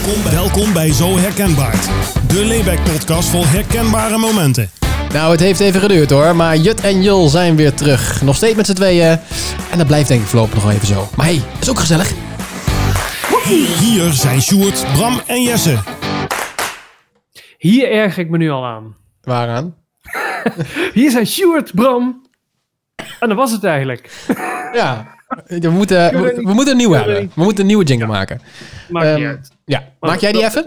Welkom bij Zo Herkenbaar. De Layback-podcast vol herkenbare momenten. Nou, het heeft even geduurd hoor, maar Jut en Jul zijn weer terug. Nog steeds met z'n tweeën. En dat blijft denk ik voorlopig nog wel even zo. Maar hey, is ook gezellig. Hier zijn Sjoerd, Bram en Jesse. Hier erg ik me nu al aan. Waaraan? Hier zijn Sjoerd, Bram. En dat was het eigenlijk. Ja, we moeten een nieuwe hebben. We moeten een nieuwe jingle maken. Maakt niet uit. Ja, maak jij die even?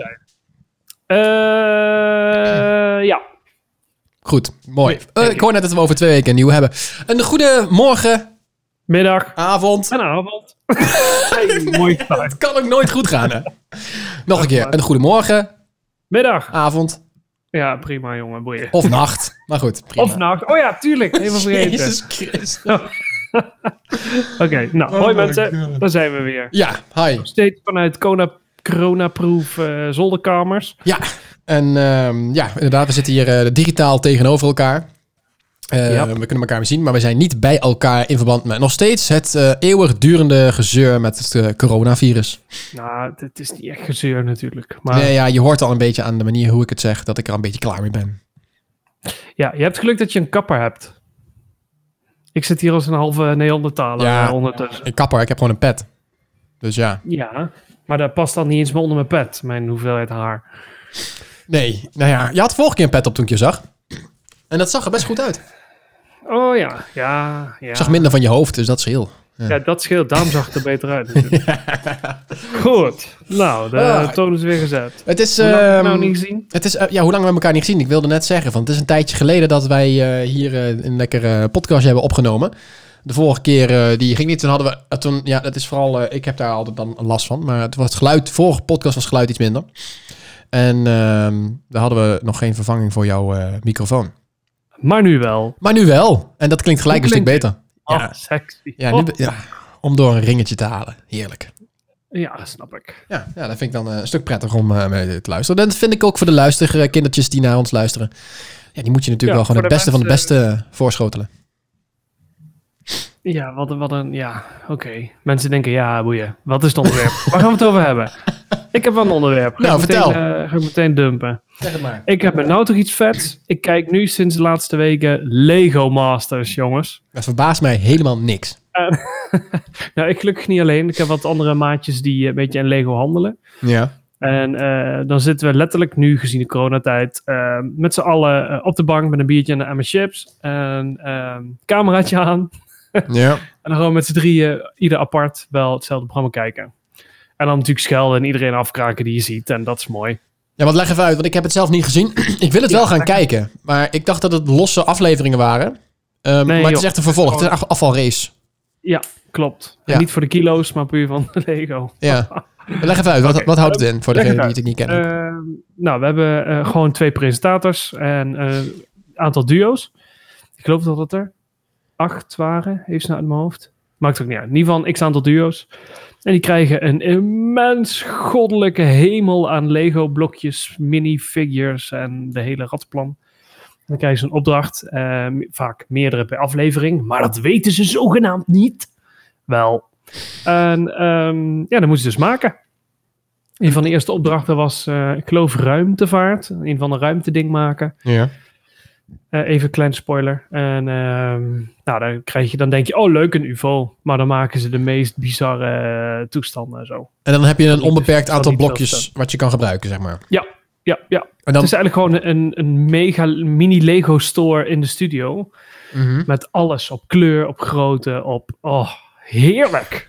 Ja. Goed, mooi. Nee, ik hoor net dat we over 2 weken een nieuwe hebben. Een goede morgen, Middag. avond. En avond. Hey, mooi start. Het kan ook nooit goed gaan, hè? Nog een keer. Een goede morgen, Middag. avond Ja, prima jongen, boeien. of nacht. Maar goed, prima. Of nacht. Oh ja, tuurlijk. Even vergeten. Jezus Christus. Oké, nou, hoi mensen. God. Daar zijn we weer. Ja, hi. Steeds vanuit coronaproof zolderkamers. Ja, en inderdaad, we zitten hier digitaal tegenover elkaar. Ja. We kunnen elkaar weer zien, maar we zijn niet bij elkaar in verband met nog steeds het eeuwigdurende gezeur met het coronavirus. Nou, het is niet echt gezeur natuurlijk. Maar Nee, ja, je hoort al een beetje aan de manier hoe ik het zeg, dat ik er een beetje klaar mee ben. ja, je hebt geluk dat je een kapper hebt. Ik zit hier als een halve Neandertaler Ja. ondertussen. Ik kapper, ik heb gewoon een pet. Dus ja. Ja, maar dat past dan niet eens meer onder mijn pet, mijn hoeveelheid haar. Nee, nou ja, je had vorige keer een pet op toen ik je zag. En dat zag er best goed uit. Oh ja, ja. Ik zag minder van je hoofd, dus dat scheelt. Ja, dat scheelt. Daarom zag het er beter uit. Goed. Nou, de toon is weer gezet. Het is... Hoe lang heb ik nou niet gezien? Het is, hoe lang hebben we elkaar niet gezien? Ik wilde net zeggen, van het is een tijdje geleden dat wij hier een lekkere podcast hebben opgenomen. De vorige keer, die ging niet, toen hadden we, ja, dat is vooral, ik heb daar altijd dan last van, maar het was het geluid, de vorige podcast was het geluid iets minder. En daar hadden we nog geen vervanging voor jouw microfoon. Maar nu wel. Maar nu wel, en dat klinkt gelijk Hoe een stuk klinkt beter. Oh, sexy. Ja, Oh. ja, om door een ringetje te halen. Heerlijk. Ja, dat snap ik. Ja, dat vind ik dan een stuk prettig om mee te luisteren. Dat vind ik ook voor de luisterkindertjes die naar ons luisteren. Ja, die moet je natuurlijk wel gewoon het beste van het beste voorschotelen. Ja, wat een... Ja, oké. Mensen denken, ja, boeien. Wat is het onderwerp? Waar gaan we het over hebben? Ik heb wel een onderwerp. Nou, vertel. Ga ik meteen dumpen. Zeg het maar. Ik heb nou toch iets vets. Ik kijk nu sinds de laatste weken Lego Masters, jongens. Dat verbaast mij helemaal niks. Nou, ik gelukkig niet alleen. Ik heb wat andere maatjes die een beetje in Lego handelen. Ja. En dan zitten we letterlijk nu, gezien de coronatijd, met z'n allen op de bank met een biertje en mijn chips. En cameraatje aan. Ja. En dan gewoon met z'n drieën, ieder apart, wel hetzelfde programma kijken. En dan natuurlijk schelden en iedereen afkraken die je ziet. En dat is mooi. Ja, wat leg even uit, want ik heb het zelf niet gezien. Ik wil het wel gaan kijken. Maar ik dacht dat het losse afleveringen waren. Maar het is echt een vervolg. Het is een afvalrace. Ja, klopt. Ja. En niet voor de kilo's, maar puur van Lego. Ja. Leg even uit, wat houdt het in voor degenen die het niet kennen? Nou, we hebben gewoon 2 presentators en een aantal duo's. Ik geloof dat het er 8 waren, even snel uit mijn hoofd. Maakt ook niet uit. In ieder geval x aantal duo's. En die krijgen een immens goddelijke hemel aan Lego blokjes, minifigures en de hele ratplan. En dan krijgen ze een opdracht, vaak meerdere per aflevering, maar dat weten ze zogenaamd niet. Wel. En dan moeten ze dus maken. Een van de eerste opdrachten was, ik geloof, ruimtevaart. Een van de ruimteding maken. Ja. Even een klein spoiler. En dan denk je, oh leuk, een UFO. Maar dan maken ze de meest bizarre toestanden en zo. En dan heb je een onbeperkt van aantal die blokjes wat je kan gebruiken, zeg maar. Ja. En dan... Het is eigenlijk gewoon een mega mini Lego store in de studio. Mhm. Met alles op kleur, op grootte, op... Oh, heerlijk.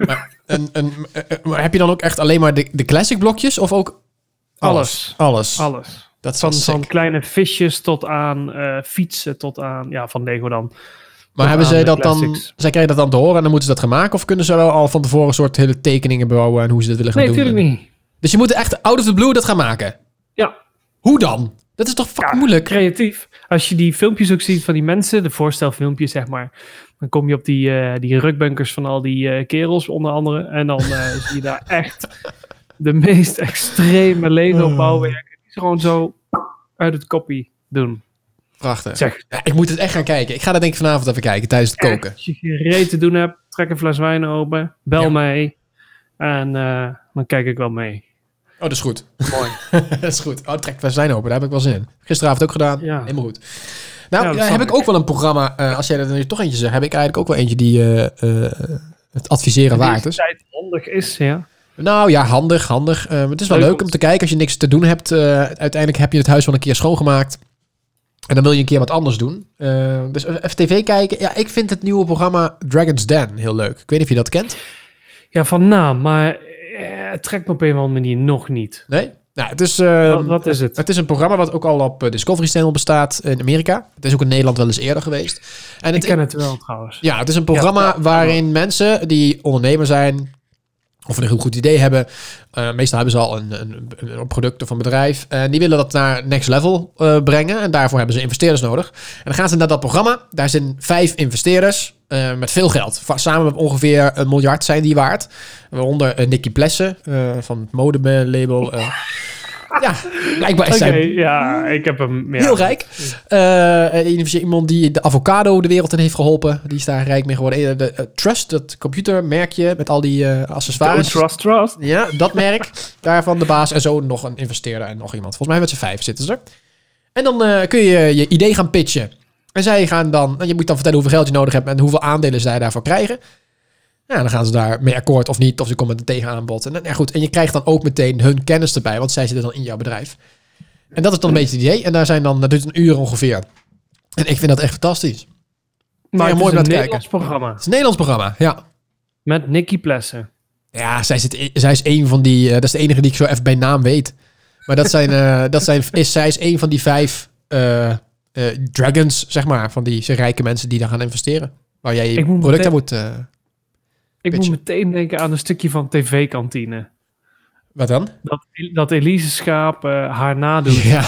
Maar heb je dan ook echt alleen maar de classic blokjes of ook alles? Alles. Dat is wel Van sick. kleine visjes tot aan fietsen, tot aan... Ja, van Lego dan. Maar hebben zij dat dan... classics. Zij krijgen dat dan te horen en dan moeten ze dat gaan maken? Of kunnen ze wel al van tevoren een soort hele tekeningen bouwen en hoe ze dat willen gaan Nee, doen? natuurlijk niet. Dus je moet echt out of the blue dat gaan maken? Ja. Hoe dan? Dat is toch fucking moeilijk? Creatief. Als je die filmpjes ook ziet van die mensen, de voorstelfilmpjes zeg maar, dan kom je op die rukbunkers van al die kerels onder andere. En dan zie je daar echt de meest extreme Lego bouwwerken die ze gewoon zo uit het koppie doen. Prachtig. Zeg, Ja, ik moet het echt gaan kijken. Ik ga dat denk ik vanavond even kijken tijdens het koken. als je geen reet te doen hebt, trek een fles wijn open, bel mij en dan kijk ik wel mee. dat is goed. Mooi. Dat is goed. Oh, trek wij zijn open. Daar heb ik wel zin in. Gisteravond ook gedaan. Ja. Helemaal goed. Nou, Ja, dat heb snap ik ook wel een programma. Als jij dat nu toch eentje zegt, heb ik eigenlijk ook wel eentje die het adviseren waard is. tijd handig is, ja. Nou ja, handig. Het is wel leuk om te kijken als je niks te doen hebt. Uiteindelijk heb je het huis wel een keer schoongemaakt. En dan wil je een keer wat anders doen. Dus even tv kijken. Ja, ik vind het nieuwe programma Dragon's Den heel leuk. Ik weet niet of je dat kent. Ja, van naam, maar het trekt me op een of andere manier nog niet. Nee? Nou, het is, Wat is het? Het is een programma wat ook al op Discovery Channel bestaat in Amerika. Het is ook in Nederland wel eens eerder geweest. En Ik ken het wel trouwens. Ja, het is een programma waarin mensen die ondernemer zijn of een heel goed idee hebben. Meestal hebben ze al een product of een bedrijf. En die willen dat naar next level brengen. En daarvoor hebben ze investeerders nodig. En dan gaan ze naar dat programma. Daar zijn 5 investeerders met veel geld. Samen ongeveer $1 miljard zijn die waard. Waaronder Nicky Plessen van het modelabel. Ja, blijkbaar is hij ja, ik heb hem... Ja. heel rijk. Iemand die de avocado de wereld in heeft geholpen. Die is daar rijk mee geworden. De Trust, dat computermerkje met al die accessoires. Trust. Ja, dat merk. Daarvan de baas. En zo nog een investeerder en nog iemand. Volgens mij met z'n 5 zitten ze er. En dan kun je je idee gaan pitchen. En zij gaan dan... Je moet dan vertellen hoeveel geld je nodig hebt en hoeveel aandelen zij daarvoor krijgen. Ja, dan gaan ze daar mee akkoord of niet. Of ze komen met een tegenaanbod. En, goed, en je krijgt dan ook meteen hun kennis erbij. Want zij zitten dan in jouw bedrijf. En dat is dan een beetje het idee. En dat duurt een uur ongeveer. En ik vind dat echt fantastisch. Maar ja, het mooi is om een naar te Nederlands kijken. programma. Het is een Nederlands programma, ja. Met Nicky Plessen. Ja, zij is een van die... dat is de enige die ik zo even bij naam weet. Maar zij is een van die 5 dragons, zeg maar. Van die rijke mensen die daar gaan investeren. Waar jij je product aan moet... Ik moet meteen denken aan een stukje van TV-kantine. Wat dan? Dat Elise Schaap haar nadoet. Ja.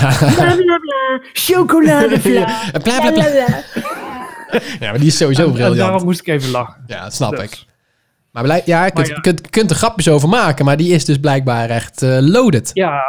Chocoladevla. Bla, bla, bla. Ja, maar die is sowieso En briljant. daarom moest ik even lachen. Ja, dat snap Dus. ik. Maar je kunt er grapjes over maken, maar die is dus blijkbaar echt loaded.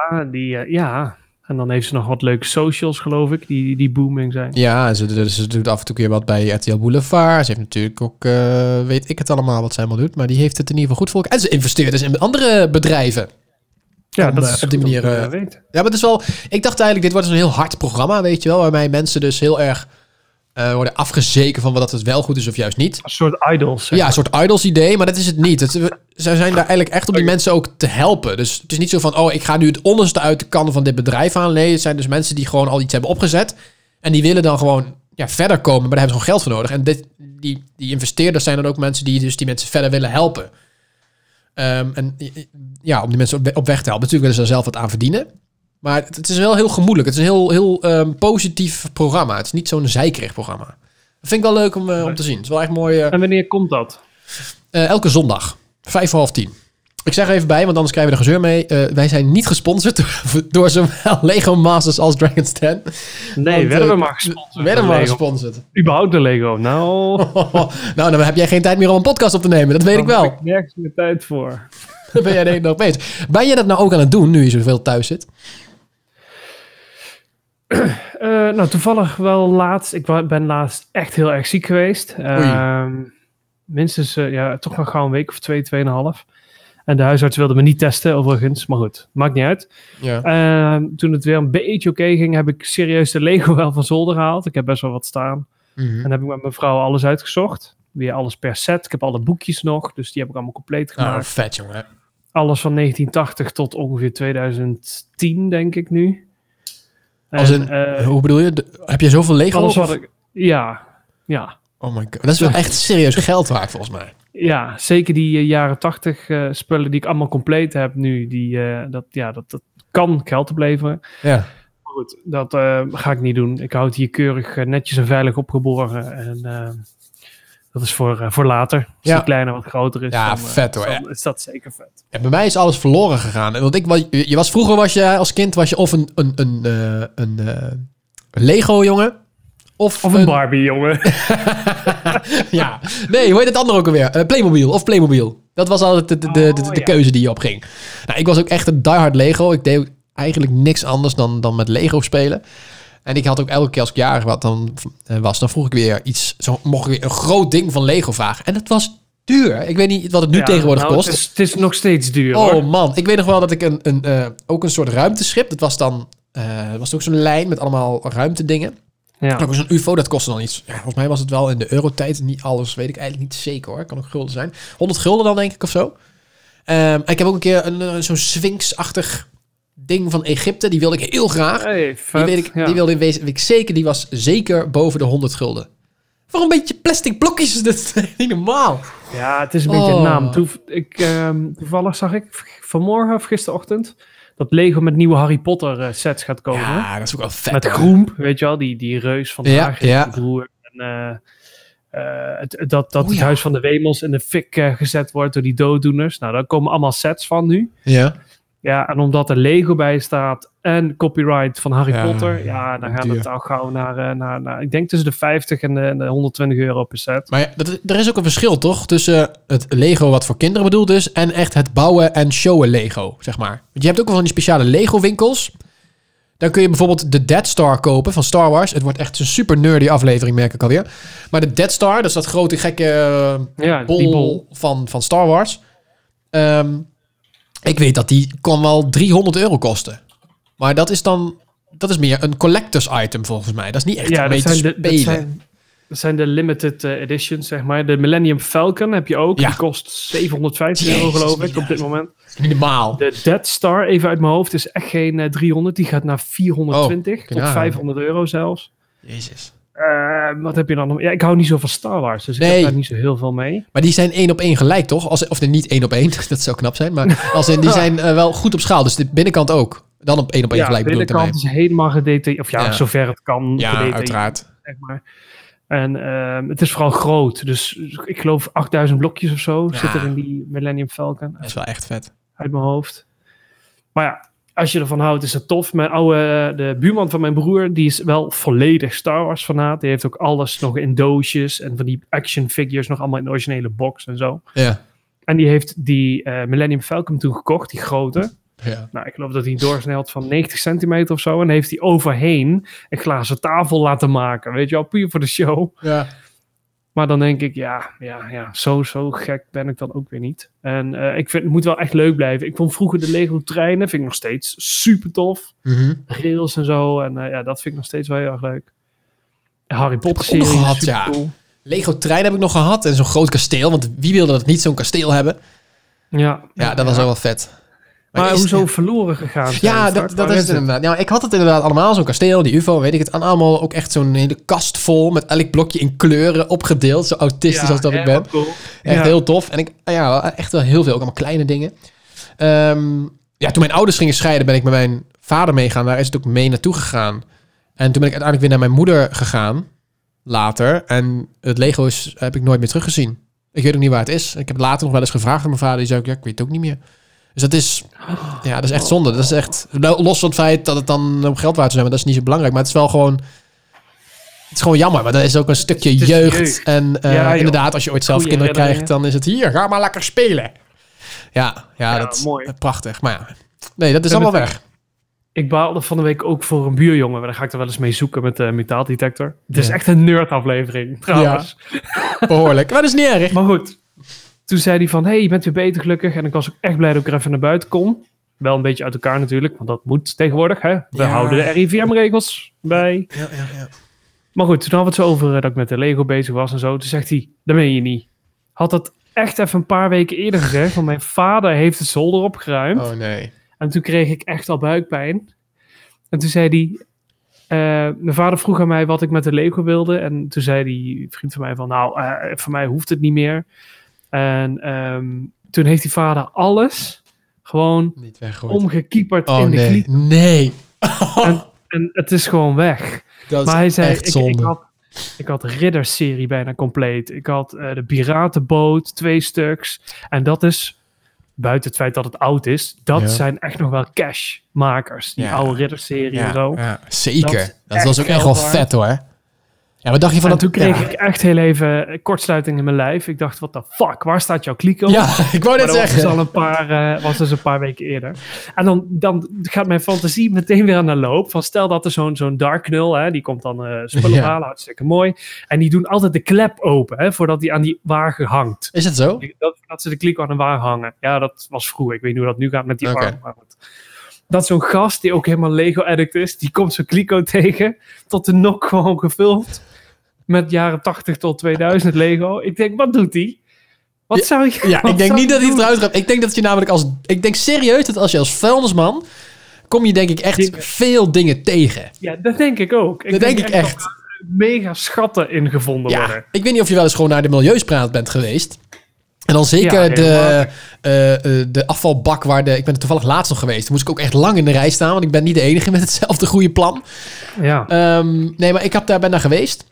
Ja. En dan heeft ze nog wat leuke socials, geloof ik, die booming zijn. Ja, ze doet af en toe keer wat bij RTL Boulevard. Ze heeft natuurlijk ook, weet ik het allemaal wat zij allemaal doet, maar die heeft het in ieder geval goed voor elkaar. En ze investeert dus in andere bedrijven. Ja, Om, dat is op die manier. weten. Ja, maar het is wel. Ik dacht eigenlijk, dit wordt dus een heel hard programma, weet je wel, waarmee mensen dus heel erg worden afgezeken van wat het wel goed is of juist niet. Een soort idols. zeg Ja, een maar. soort idols idee, maar dat is het niet. Zij zijn daar eigenlijk echt om die mensen ook te helpen. Dus het is niet zo van, ik ga nu het onderste uit de kan van dit bedrijf aan. Nee, het zijn dus mensen die gewoon al iets hebben opgezet. En die willen dan gewoon verder komen, maar daar hebben ze gewoon geld voor nodig. En die investeerders zijn dan ook mensen die dus die mensen verder willen helpen. En ja, om die mensen op weg te helpen. Natuurlijk willen ze er zelf wat aan verdienen. Maar het is wel heel gemoedelijk. Het is een heel positief programma. Het is niet zo'n zeikerig programma. Dat vind ik wel leuk om te zien. Het is wel echt mooi. En wanneer komt dat? Elke zondag, 9:55. Ik zeg er even bij, want anders krijgen we er gezeur mee. Wij zijn niet gesponsord door zowel Lego Masters als Dragon's Den. Nee, werden we maar gesponsord. Werden we maar Lego. gesponsord. Überhaupt de Lego. Nou, Nou, dan heb jij geen tijd meer om een podcast op te nemen. Dat weet ik daar wel. heb ik nergens meer tijd voor. Dan ben jij de hele dag bezig. Ben je dat nou ook aan het doen, nu je zoveel thuis zit? Nou, toevallig wel laatst. Ik ben laatst echt heel erg ziek geweest. Minstens toch nog gauw een week of 2,5. En de huisarts wilde me niet testen, overigens. Maar goed, maakt niet uit. Ja. Toen het weer een beetje oké ging, heb ik serieus de Lego wel van zolder gehaald. Ik heb best wel wat staan. En heb ik met mijn vrouw alles uitgezocht. Weer alles per set. Ik heb alle boekjes nog, dus die heb ik allemaal compleet gemaakt. Vet, jongen. Alles van 1980 tot ongeveer 2010, denk ik nu. Hoe bedoel je? Heb je zoveel Lego? Alles wat ik... Ja. Oh my god. Dat is wel echt serieus geld waard, volgens mij. Ja, zeker die jaren 80 spullen die ik allemaal compleet heb nu. Dat kan geld opleveren. Ja. Maar goed, dat ga ik niet doen. Ik houd het hier keurig netjes en veilig opgeborgen. En dat is voor later. Als die kleiner wat groter is. Ja, vet hoor. Dan is dat zeker vet. Ja, bij mij is alles verloren gegaan. Want vroeger was je als kind of een Lego-jongen. Of een Barbie, jongen. Ja. Nee, hoe heet het andere ook alweer? Playmobil. Dat was altijd de keuze die je op ging. Nou, ik was ook echt een diehard Lego. Ik deed eigenlijk niks anders dan met Lego spelen. En ik had ook elke keer als ik jarig dan vroeg ik weer iets. Zo mocht ik weer een groot ding van Lego vragen. En het was duur. Ik weet niet wat het nu tegenwoordig kost. Het is nog steeds duur, hoor. Oh man, ik weet nog wel dat ik ook een soort ruimteschip... Dat was dan... was ook zo'n lijn met allemaal ruimtedingen. Ja. Ook zo'n UFO, dat kostte dan iets. Ja, volgens mij was het wel in de eurotijd. Niet alles, weet ik eigenlijk niet zeker hoor. Kan ook gulden zijn. 100 gulden dan denk ik of zo. Ik heb ook een keer zo'n Sphinx-achtig ding van Egypte. Die wilde ik heel graag. Hey, vet. Die wilde weet ik zeker. Die was zeker boven de 100 gulden. Voor een beetje plastic blokjes is dit niet normaal. Ja, het is een beetje een naam. Toevallig zag ik vanmorgen of gisterochtend... dat Lego met nieuwe Harry Potter sets gaat komen. Ja, dat is ook wel vet. Met Groemp, weet je wel, die reus van de Hagrid, broer. En het huis van de Wemels in de fik gezet wordt door die dooddoeners. Nou, daar komen allemaal sets van nu. Ja. Ja, en omdat er Lego bij staat en copyright van Harry Potter... Ja, dan gaat het al gauw naar ik denk tussen de 50 en de 120 euro per set. Maar ja, er is ook een verschil, toch? Tussen het Lego wat voor kinderen bedoeld is... en echt het bouwen en showen Lego, zeg maar. Want je hebt ook wel van die speciale Lego-winkels. Dan kun je bijvoorbeeld de Death Star kopen van Star Wars. Het wordt echt een super nerdy aflevering, merk ik alweer. Maar de Death Star, dat is dat grote gekke bol van Star Wars... ik weet dat die kon wel 300 euro kosten. Maar dat is meer een collectors item volgens mij. Dat is niet echt een beetje spelen. Dat zijn de limited editions, zeg maar. De Millennium Falcon heb je ook. Ja. Die kost 750 euro, geloof ik, op dit moment. Minimaal. De Death Star, even uit mijn hoofd, is echt geen 300. Die gaat naar 420 tot 500 euro zelfs. Jezus. Wat heb je dan nog? Ja, ik hou niet zo van Star Wars, dus ik heb daar niet zo heel veel mee. Maar die zijn 1 op 1 gelijk, toch? Of niet 1 op 1, dat zou knap zijn. Maar die zijn wel goed op schaal. Dus de binnenkant ook. Dan op 1 op 1 gelijk. De binnenkant is helemaal gedetailleerd. Of zover het kan. Ja, uiteraard. Zeg maar. En het is vooral groot. Dus ik geloof 8000 blokjes of zo zit er in die Millennium Falcon. Dat is wel echt vet. Uit mijn hoofd. Maar ja, als je ervan houdt, is het tof. De buurman van mijn broer, die is wel volledig Star Wars fanaat. Die heeft ook alles nog in doosjes en van die action figures nog allemaal in de originele box en zo. Ja. En die heeft die Millennium Falcon toen gekocht, die grote. Ja. Nou, ik geloof dat hij een doorsnee had van 90 centimeter of zo. En heeft hij overheen een glazen tafel laten maken. Weet je wel, puur voor de show. Ja. Maar dan denk ik, zo gek ben ik dan ook weer niet. En ik vind het moet wel echt leuk blijven. Ik vond vroeger de Lego treinen, vind ik nog steeds super tof. Mm-hmm. Rails en zo. En dat vind ik nog steeds wel heel erg leuk. Harry Potter serie is super cool. Lego trein heb ik nog gehad. En zo'n groot kasteel. Want wie wilde dat niet zo'n kasteel hebben? Ja, dat was wel vet. Maar hoezo verloren gegaan? Ja, dat is het inderdaad. Ja, ik had het inderdaad allemaal, zo'n kasteel, die UFO, weet ik het. En allemaal ook echt zo'n hele kast vol met elk blokje in kleuren opgedeeld. Zo autistisch als dat ik ben. Cool. Echt heel tof. En echt wel heel veel, ook allemaal kleine dingen. Toen mijn ouders gingen scheiden, ben ik met mijn vader meegaan. Daar is het ook mee naartoe gegaan. En toen ben ik uiteindelijk weer naar mijn moeder gegaan. Later. En het Lego heb ik nooit meer teruggezien. Ik weet ook niet waar het is. Ik heb het later nog wel eens gevraagd aan mijn vader. Die zei ook, ik weet het ook niet meer. Dus dat is echt zonde. Dat is echt, los van het feit dat het dan om geld waard zou zijn, maar dat is niet zo belangrijk. Maar het is wel gewoon, het is gewoon jammer. Maar dat is ook een stukje jeugd. En inderdaad, als je ooit zelf kinderen krijgt, dan is het hier, ga maar lekker spelen. Ja, dat is mooi. Prachtig. Maar nee, dat is allemaal weg. Ik baalde van de week ook voor een buurjongen. Daar ga ik er wel eens mee zoeken met de metaaldetector. Het is echt een nerd-aflevering, trouwens. Ja, behoorlijk. Maar dat is niet erg. Maar goed. Toen zei hij van, je bent weer beter gelukkig. En ik was ook echt blij dat ik er even naar buiten kon. Wel een beetje uit elkaar natuurlijk, want dat moet tegenwoordig. Hè? We houden de RIVM-regels bij. Ja. Maar goed, toen hadden we het zo over dat ik met de Lego bezig was en zo. Toen zegt hij, dat meen je niet. Had dat echt even een paar weken eerder gezegd. Want mijn vader heeft de zolder opgeruimd. Oh nee. En toen kreeg ik echt al buikpijn. En toen zei hij, mijn vader vroeg aan mij wat ik met de Lego wilde. En toen zei die vriend van mij van, voor mij hoeft het niet meer. En toen heeft die vader alles gewoon omgekieperd in de kliep. Nee. En het is gewoon weg. Dat maar hij zei, echt zonde. Ik had Ridder-serie bijna compleet. Ik had de Piratenboot, 2 stuks. En dat is, buiten het feit dat het oud is, dat zijn echt nog wel cashmakers. Die oude Ridder-serie en zo. Ja, zeker. Dat was ook echt wel vet hoor. Ja, wat dacht je van En dat? toen kreeg ik echt heel even kortsluiting in mijn lijf. Ik dacht, what the fuck, waar staat jouw kliko? Ja, ik wou net Maar dat zeggen. was dus een paar weken eerder. En dan gaat mijn fantasie meteen weer aan de loop. Van stel dat er zo'n dark knul, hè, die komt dan spullen halen, hartstikke mooi. En die doen altijd de klep open, hè, voordat die aan die wagen hangt. Is het zo? Dat ze de kliko aan een wagen hangen. Ja, dat was vroeger. Ik weet niet hoe dat nu gaat met die Oké. wagen. Maar goed. Dat zo'n gast, die ook helemaal Lego-addict is, die komt zo'n kliko tegen, tot de nok gewoon gevuld. Met jaren 80 tot 2000 Lego. Ik denk, wat doet hij? Wat zou je... Ja, ik denk niet dat hij het eruit gaat. Ik denk dat je namelijk ik denk serieus dat als je als vuilnisman... kom je denk ik echt veel dingen tegen. Ja, dat denk ik ook. Dat denk ik echt. Dat er mega schatten in gevonden Ja, worden. ik weet niet of je wel eens gewoon naar de Milieuspraat bent geweest. En dan zeker Ja, de afvalbak waar ik ben er toevallig laatst nog geweest. Toen moest ik ook echt lang in de rij staan, want ik ben niet de enige met hetzelfde goede plan. Ja. Nee, maar ik ben daar geweest.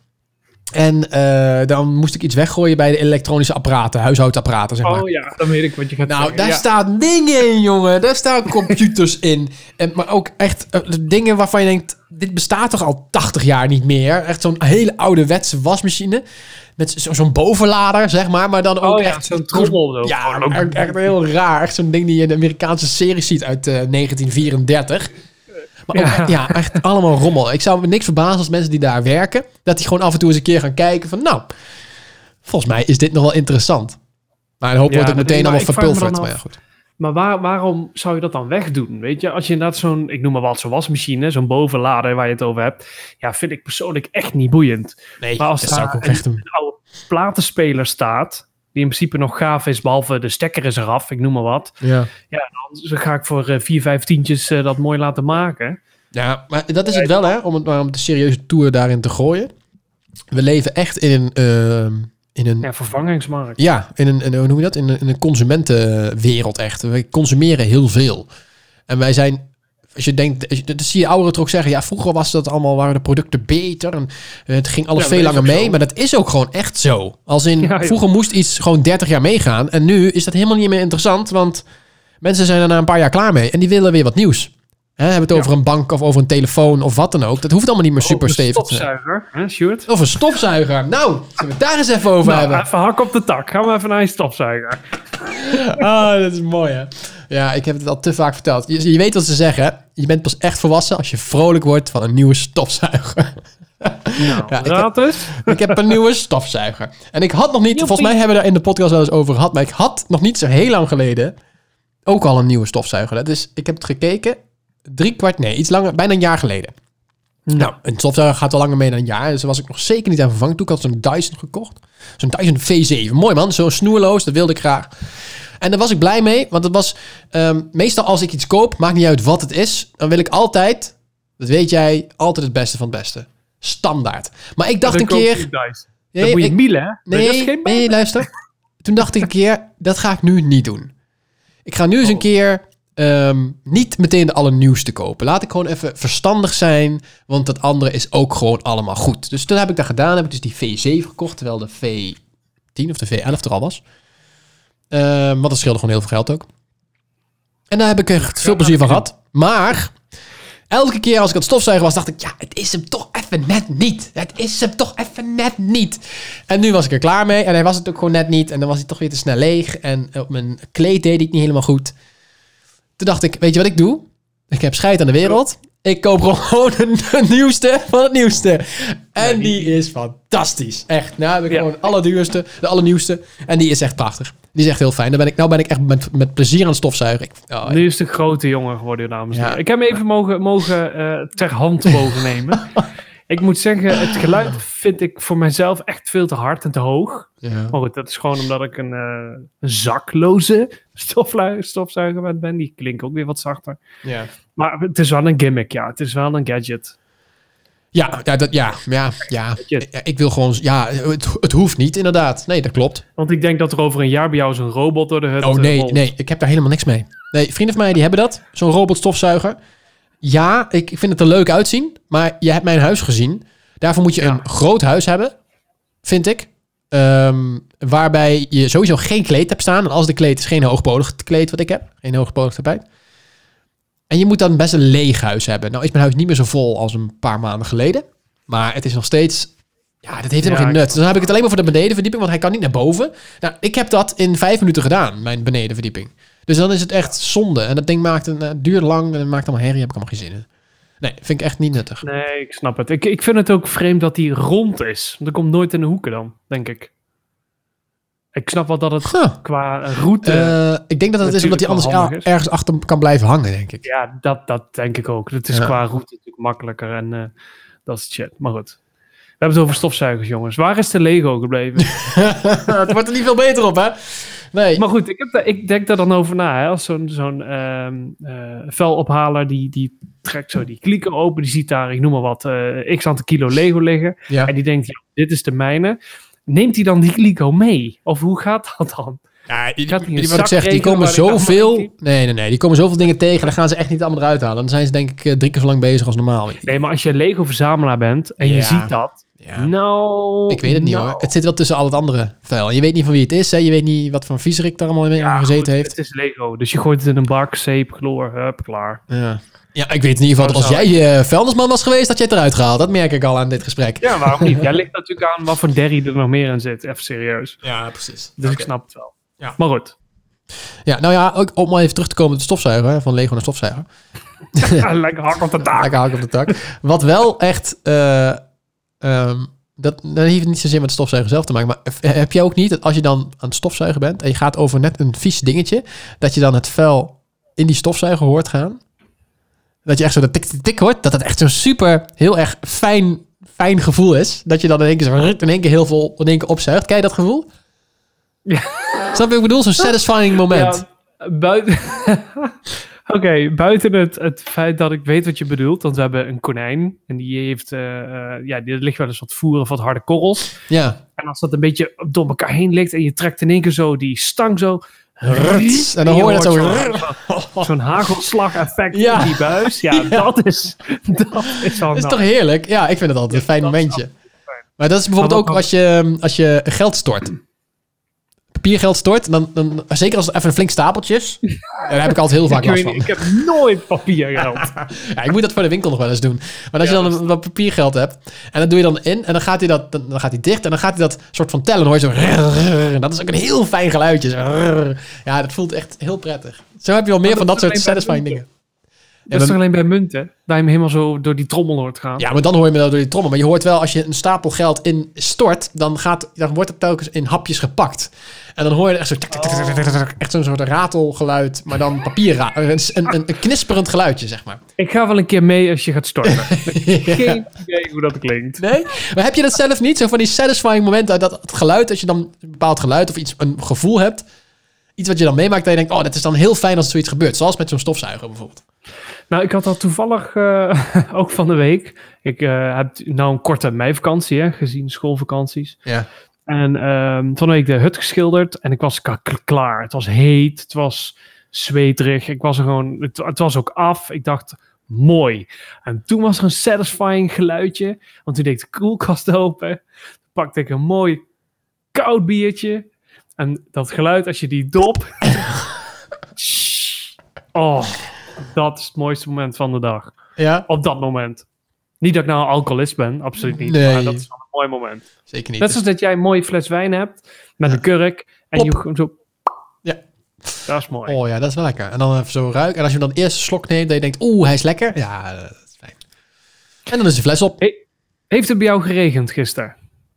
En dan moest ik iets weggooien bij de elektronische apparaten, huishoudapparaten, zeg maar. Oh ja, dan weet ik wat je gaat zeggen. Nou, daar Ja. staan dingen in, jongen. Daar staan computers in. Maar ook echt dingen waarvan je denkt... dit bestaat toch al 80 jaar niet meer? Echt zo'n hele ouderwetse wasmachine. Met zo'n bovenlader, zeg maar. Maar dan ook echt... zo'n trommel. Ja, echt heel raar. Echt zo'n ding die je in de Amerikaanse serie ziet uit 1934. Maar ook echt allemaal rommel. Ik zou me niks verbazen als mensen die daar werken... dat die gewoon af en toe eens een keer gaan kijken van... nou, volgens mij is dit nog wel interessant. Maar een hoop wordt het meteen allemaal verpulverd. Maar ja, goed. Maar waarom zou je dat dan wegdoen? Weet je, als je inderdaad zo'n, ik noem maar wat, zo'n wasmachine, zo'n bovenlader waar je het over hebt, ja, vind ik persoonlijk echt niet boeiend. Nee, maar als dat daar zou ik ook echt doen. een oude platenspeler staat, die in principe nog gaaf is, behalve de stekker is eraf, ik noem maar wat. Ja. Ja, dan ga ik voor 4-5 tientjes dat mooi laten maken. Ja, maar dat is het wel, hè? Om de serieuze tour daarin te gooien. We leven echt in een Ja, vervangingsmarkt. ja, in een hoe noem je dat? In een consumentenwereld echt. We consumeren heel veel. En wij zijn, als je denkt, dat zie je ouderen toch ook zeggen, ja, vroeger was dat allemaal, waren de producten beter en het ging alles veel langer mee, maar dat is ook gewoon echt zo. Als in, vroeger moest iets gewoon 30 jaar meegaan en nu is dat helemaal niet meer interessant, want mensen zijn er na een paar jaar klaar mee en die willen weer wat nieuws. Hebben we het over een bank of over een telefoon of wat dan ook. Dat hoeft allemaal niet meer super stevig te zijn. Een stofzuiger, hè, Sjoerd? Of een stofzuiger. Nou, zullen we het daar eens even over hebben? Even hak op de tak. Gaan we even naar een stofzuiger. Dat is mooi, hè? Ja, ik heb het al te vaak verteld. Je weet wat ze zeggen, hè? Je bent pas echt volwassen als je vrolijk wordt van een nieuwe stofzuiger. Nou, gratis. Ik heb een nieuwe stofzuiger. En ik had nog niet... Volgens mij hebben we daar in de podcast wel eens over gehad. Maar ik had nog niet zo heel lang geleden ook al een nieuwe stofzuiger. Dus ik heb het gekeken... iets langer, bijna een jaar geleden. Nou, een stofzuiger gaat al langer mee dan een jaar. Dus was ik nog zeker niet aan vervangen. Toen ik had zo'n Dyson gekocht. Zo'n Dyson V7. Mooi man, zo snoerloos. Dat wilde ik graag. En daar was ik blij mee. Want het was... meestal als ik iets koop, maakt niet uit wat het is. Dan wil ik altijd... Dat weet jij, altijd het beste van het beste. Standaard. Maar ik dacht een keer... Dat moet je mielen, hè? Nee, luister. Toen dacht ik een keer... Dat ga ik nu niet doen. Ik ga nu eens een keer... niet meteen de allernieuwste kopen. Laat ik gewoon even verstandig zijn, want dat andere is ook gewoon allemaal goed. Dus toen heb ik dat gedaan. Heb ik dus die V7 gekocht, terwijl de V10 of de V11 er al was. Want dat scheelde gewoon heel veel geld ook. En daar heb ik echt veel plezier van gehad. Maar elke keer als ik aan het stofzuigen was, dacht ik... ja, het is hem toch even net niet. Het is hem toch even net niet. En nu was ik er klaar mee. En hij was het ook gewoon net niet. En dan was hij toch weer te snel leeg. En op mijn kleed deed ik niet helemaal goed. Toen dacht ik, weet je wat ik doe? Ik heb scheid aan de wereld. Ik koop gewoon een nieuwste van het nieuwste. En die is fantastisch. Echt. Nou heb ik gewoon de allernieuwste. En die is echt prachtig. Die is echt heel fijn. Nou ben ik echt met plezier aan het stofzuigen. Nu is de grote jongen geworden, dames en heren. Ik heb hem even mogen ter hand mogen nemen. Ik moet zeggen, het geluid vind ik voor mijzelf echt veel te hard en te hoog. Ja. Maar goed, dat is gewoon omdat ik een zakloze stofzuiger ben. Die klinkt ook weer wat zachter. Ja. Maar het is wel een gimmick, ja. Het is wel een gadget. Ja. Ik wil gewoon... Ja, het hoeft niet, inderdaad. Nee, dat klopt. Want ik denk dat er over een jaar bij jou zo'n robot door de hut... Oh, nee. Ik heb daar helemaal niks mee. Nee, vrienden van mij, die hebben dat. Zo'n robotstofzuiger. Ja, ik vind het er leuk uitzien. Maar je hebt mijn huis gezien. Daarvoor moet je een groot huis hebben, vind ik. Waarbij je sowieso geen kleed hebt staan. En als de kleed is geen hoogpolig kleed wat ik heb. Geen hoogpolig tapijt. En je moet dan best een leeg huis hebben. Nou is mijn huis niet meer zo vol als een paar maanden geleden. Maar het is nog steeds Ja, dat heeft helemaal geen nut. Dan heb ik het alleen maar voor de benedenverdieping, want hij kan niet naar boven. Nou, ik heb dat in 5 minuten gedaan, mijn benedenverdieping. Dus dan is het echt zonde. En dat ding duurt lang en maakt allemaal herrie. Heb ik allemaal geen zin in. Nee, vind ik echt niet nuttig. Nee, ik snap het. Ik vind het ook vreemd dat die rond is. Want er komt nooit in de hoeken dan, denk ik. Ik snap wel dat het qua route... ik denk dat het is omdat hij anders ergens achter kan blijven hangen, denk ik. Ja, dat denk ik ook. Het is qua route natuurlijk makkelijker en dat is shit. Maar goed. We hebben het over stofzuigers, jongens. Waar is de Lego gebleven? Het wordt er niet veel beter op, hè? Nee. Maar goed, ik denk daar dan over na. Hè? Als zo'n vuilophaler, die trekt zo die klieken open. Die ziet daar, ik noem maar wat, x aantal kilo Lego liggen. Ja. En die denkt, ja, dit is de mijne. Neemt hij dan die kliko mee? Of hoe gaat dat dan? Ja, wat ik zeg, die komen zoveel... Nee, die komen zoveel dingen tegen. Dan gaan ze echt niet allemaal eruit halen. Dan zijn ze denk ik 3 keer zo lang bezig als normaal. Nee, maar als je Lego-verzamelaar bent en je ziet dat... Ja. Ik weet het niet hoor. Het zit wel tussen al het andere vuil. Je weet niet van wie het is. Hè? Je weet niet wat voor viezerik daar allemaal in gezeten heeft. Het is Lego. Dus je gooit het in een bak, zeep, chloor, hup, klaar. Ja, ik weet in ieder geval dat als jij vuilnisman was geweest, dat jij het eruit gehaald. Dat merk ik al aan dit gesprek. Ja, waarom niet? Jij ligt natuurlijk aan wat voor derry er nog meer in zit. Even serieus. Ja, precies. Dus ik snap het wel. Ja. Maar goed. Ja, nou ja, ook om maar even terug te komen op de stofzuiger. Hè, van Lego naar stofzuiger. Lekker hak op de tak. Lekker hak op de tak. Wat wel echt... dat heeft niet zozeer met de stofzuiger zelf te maken. Maar heb je ook niet dat als je dan aan het stofzuigen bent... en je gaat over net een vies dingetje... dat je dan het vuil in die stofzuiger hoort gaan... dat je echt zo de tik hoort... dat het echt zo'n super, heel erg fijn gevoel is... dat je dan in één keer heel veel in één keer opzuigt. Ken je dat gevoel? Ja. Snap je wat ik bedoel? Zo'n satisfying moment. Ja, buiten het feit dat ik weet wat je bedoelt. Want we hebben een konijn. En die heeft... die ligt wel eens wat voer of wat harde korrels. Ja. En als dat een beetje door elkaar heen ligt... en je trekt in één keer zo die stang zo... En dan hoor je dat zo... Zo'n hagelslag-effect in die buis. Ja, dat is wel... Dat is toch heerlijk? Ja, ik vind het altijd een fijn momentje. Maar dat is bijvoorbeeld ook als je geld stort... papiergeld stort, dan zeker als het even een flink stapeltje is, daar heb ik altijd heel vaak last van. Ik heb nooit papiergeld. Ja, ik moet dat voor de winkel nog wel eens doen. Maar als je dan wat papiergeld hebt, en dan doe je dan in, en dan gaat hij dicht, en dan gaat hij dat soort van tellen, dan hoor je zo, dat is ook een heel fijn geluidje. Ja, dat voelt echt heel prettig. Zo heb je wel meer van dat soort satisfying dingen. Dat is toch alleen bij munten? Dat je hem helemaal zo door die trommel hoort gaan. Ja, maar dan hoor je me door die trommel. Maar je hoort wel, als je een stapel geld instort, dan wordt het telkens in hapjes gepakt. En dan hoor je echt zo... Echt zo'n soort ratelgeluid, maar dan papier... Een knisperend geluidje, zeg maar. Ik ga wel een keer mee als je gaat storten. Geen idee hoe dat klinkt. Nee? Maar heb je dat zelf niet? Zo van die satisfying momenten, dat het geluid, als je dan een bepaald geluid of een gevoel hebt, iets wat je dan meemaakt, dat je denkt, dat is dan heel fijn als zoiets gebeurt. Zoals met zo'n stofzuiger bijvoorbeeld. Nou, ik had dat toevallig ook van de week. Ik heb nou een korte meivakantie, gezien schoolvakanties. Ja. En toen had ik de hut geschilderd en ik was klaar. Het was heet, het was zweterig. Ik was er gewoon, het was ook af. Ik dacht, mooi. En toen was er een satisfying geluidje. Want toen deed ik de koelkast open. Pakte ik een mooi koud biertje. En dat geluid, als je die dop... dat is het mooiste moment van de dag. Ja? Op dat moment. Niet dat ik nou alcoholist ben, absoluut niet. Nee. Maar dat is wel een mooi moment. Zeker niet. Net zoals dat jij een mooie fles wijn hebt, met een kurk, en je gewoon zo... Ja. Dat is mooi. Oh ja, dat is wel lekker. En dan even zo ruiken. En als je dan eerst een slok neemt, dat je denkt, hij is lekker. Ja, dat is fijn. En dan is de fles op. Heeft het bij jou geregend gisteren?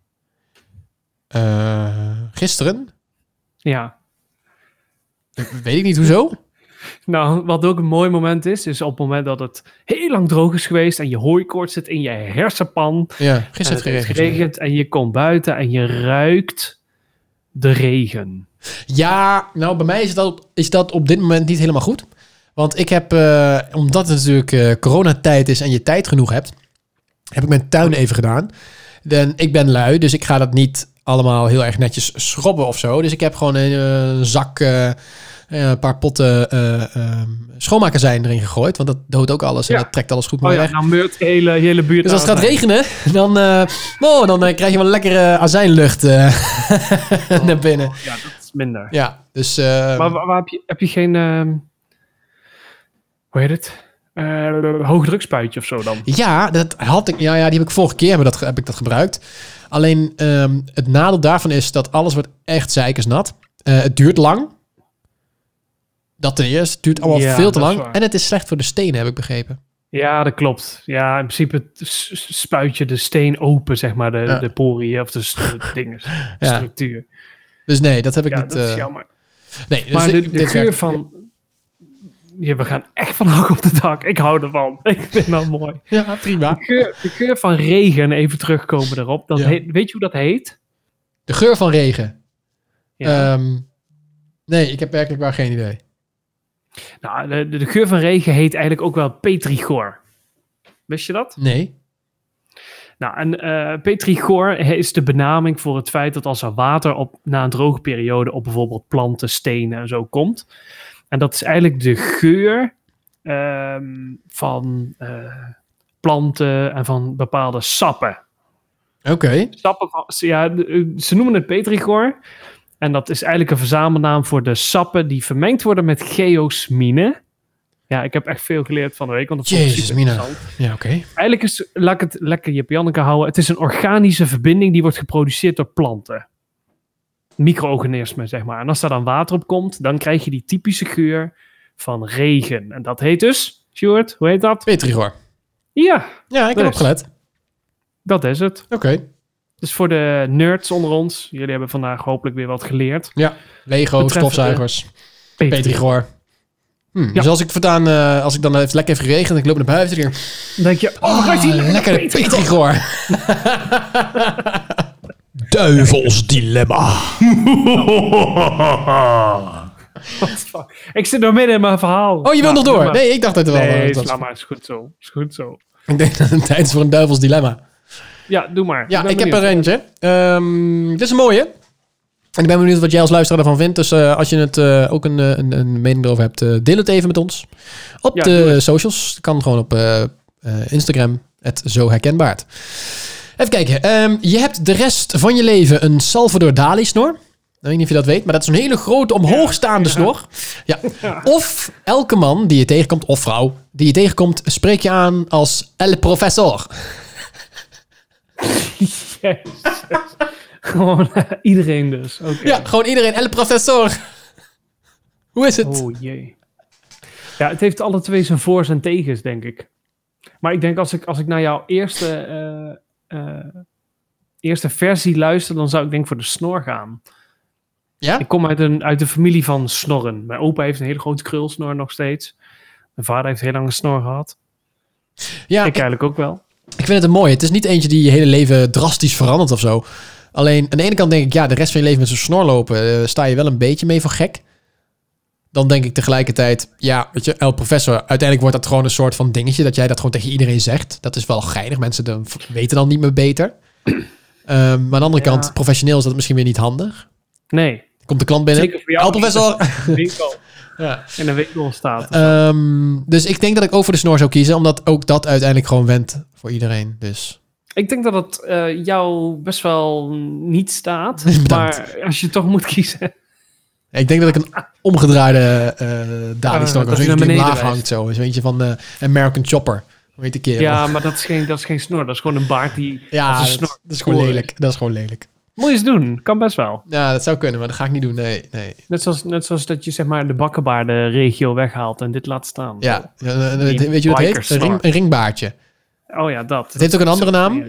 Gisteren? Ja. Weet ik niet, hoezo? Nou, wat ook een mooi moment is op het moment dat het heel lang droog is geweest en je hooikoorts zit in je hersenpan. Ja, gisteren het geregend en je komt buiten en je ruikt de regen. Ja, nou bij mij is dat op dit moment niet helemaal goed. Want ik heb, omdat het natuurlijk coronatijd is en je tijd genoeg hebt, heb ik mijn tuin even gedaan. Ik ben lui, dus ik ga dat niet allemaal heel erg netjes schrobben of zo. Dus ik heb gewoon een zak... een paar potten schoonmaakazijn erin gegooid. Want dat doodt ook alles en dat trekt alles goed weg. Dan meurt de hele buurt. Dus als het gaat regenen, dan krijg je wel lekkere azijnlucht naar binnen. Ja, dat is minder. Ja, dus... maar waar heb je geen... hoe heet het? hoogdrukspuitje of zo dan. Ja, dat had ik. Ja, die heb ik vorige keer heb ik dat gebruikt. Alleen het nadeel daarvan is dat alles wordt echt zeikersnat. Het duurt lang. Dat ten eerste. Het duurt allemaal veel te lang. En het is slecht voor de stenen, heb ik begrepen. Ja, dat klopt. Ja, in principe spuit je de steen open, zeg maar, de poriën of de dingen, de structuur. Dus nee, dat heb ik niet. Dat is jammer. Nee, dus maar de geur van... Ja, we gaan echt van hak op de dak. Ik hou ervan. Ik vind dat mooi. Ja, prima. De geur van regen, even terugkomen erop. Weet je hoe dat heet? De geur van regen? Ja. Nee, ik heb werkelijk waar geen idee. Nou, de geur van regen heet eigenlijk ook wel petrichor. Wist je dat? Nee. Nou, en petrichor is de benaming voor het feit dat als er water na een droge periode op bijvoorbeeld planten, stenen en zo komt. En dat is eigenlijk de geur van planten en van bepaalde sappen. Oké. Sappen ze noemen het petrichor. En dat is eigenlijk een verzamelnaam voor de sappen die vermengd worden met geosmine. Ja, ik heb echt veel geleerd van de week. Want dat Jezus, Mina. Ja, oké. Eigenlijk laat ik het lekker Japanneke houden. Het is een organische verbinding die wordt geproduceerd door planten. Micro-organismen, zeg maar. En als daar dan water op komt, dan krijg je die typische geur van regen. En dat heet dus, Stuart, hoe heet dat? Petrichor. Ja. Ja, ik heb opgelet. Dat is het. Oké. Dus voor de nerds onder ons, jullie hebben vandaag hopelijk weer wat geleerd. Ja, Lego, stofzuigers, petrichor. Ja. Dus als ik voortaan, als ik dan lekker heeft geregend en ik loop naar buiten, dan denk je, lekker petrichor. Duivels dilemma. Ik zit nog midden in mijn verhaal. Oh, je wil nog door? Nee, ik dacht dat het wel. Nee, sla maar, is goed zo. Is goed zo. Ik denk dat het tijd is voor een duivels dilemma. Ja, doe maar. Ja, ik heb er eentje. Dit is een mooie. En ik ben benieuwd wat jij als luisteraar ervan vindt. Dus als je het ook een mening erover hebt, deel het even met ons. Op de socials. Dat kan gewoon op Instagram. @zoherkenbaard. Even kijken. Je hebt de rest van je leven een Salvador Dali snor. Ik weet niet of je dat weet, maar dat is een hele grote omhoogstaande snor. Ja. Of elke man die je tegenkomt, of vrouw die je tegenkomt, spreek je aan als El Professor. Yes. Gewoon iedereen dus. Okay. Ja, gewoon iedereen. El Professor. Hoe is het? Oh jee. Ja, het heeft alle twee zijn voor's en tegens, denk ik. Maar ik denk als ik naar jouw eerste versie luister, dan zou ik denk voor de snor gaan. Ja? Ik kom uit de familie van snorren. Mijn opa heeft een hele grote krulsnor nog steeds. Mijn vader heeft heel lang een snor gehad. Ja, ik eigenlijk ook wel. Ik vind het een mooie. Het is niet eentje die je hele leven drastisch verandert of zo. Alleen, aan de ene kant denk ik, ja, de rest van je leven met zo'n snor lopen, sta je wel een beetje mee voor gek. Dan denk ik tegelijkertijd, ja, weet je, El Professor, uiteindelijk wordt dat gewoon een soort van dingetje, dat jij dat gewoon tegen iedereen zegt. Dat is wel geinig. Mensen weten dan niet meer beter. Maar aan de andere kant, professioneel is dat misschien weer niet handig. Nee. Komt de klant binnen. El Professor. Ja. In een winkel staat. Dus ik denk dat ik ook voor de snor zou kiezen, omdat ook dat uiteindelijk gewoon went voor iedereen. Dus. Ik denk dat het jou best wel niet staat. Maar als je toch moet kiezen. Ik denk dat ik een omgedraaide Dali snor kan. Zo'n die laag hangt zo. Is eentje van American Chopper. Hoe heet die kerel? Ja, maar dat is geen snor. Dat is gewoon een baard die... Ja, dat is gewoon lelijk. Dat is gewoon lelijk. Moet je eens doen. Kan best wel. Ja, dat zou kunnen, maar dat ga ik niet doen. Nee. Net zoals dat je zeg maar de bakkenbaardenregio weghaalt en dit laat staan. Ja, weet je wat het heet? Een ringbaardje. Oh ja, dat. Het heeft ook een andere naam.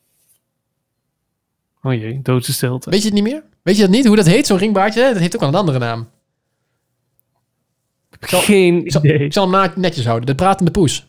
Oh jee, doodse stilte. Weet je het niet meer? Weet je dat niet? Hoe dat heet, zo'n ringbaardje? Dat heeft ook wel een andere naam. Geen idee. Ik zal hem netjes houden. De pratende poes.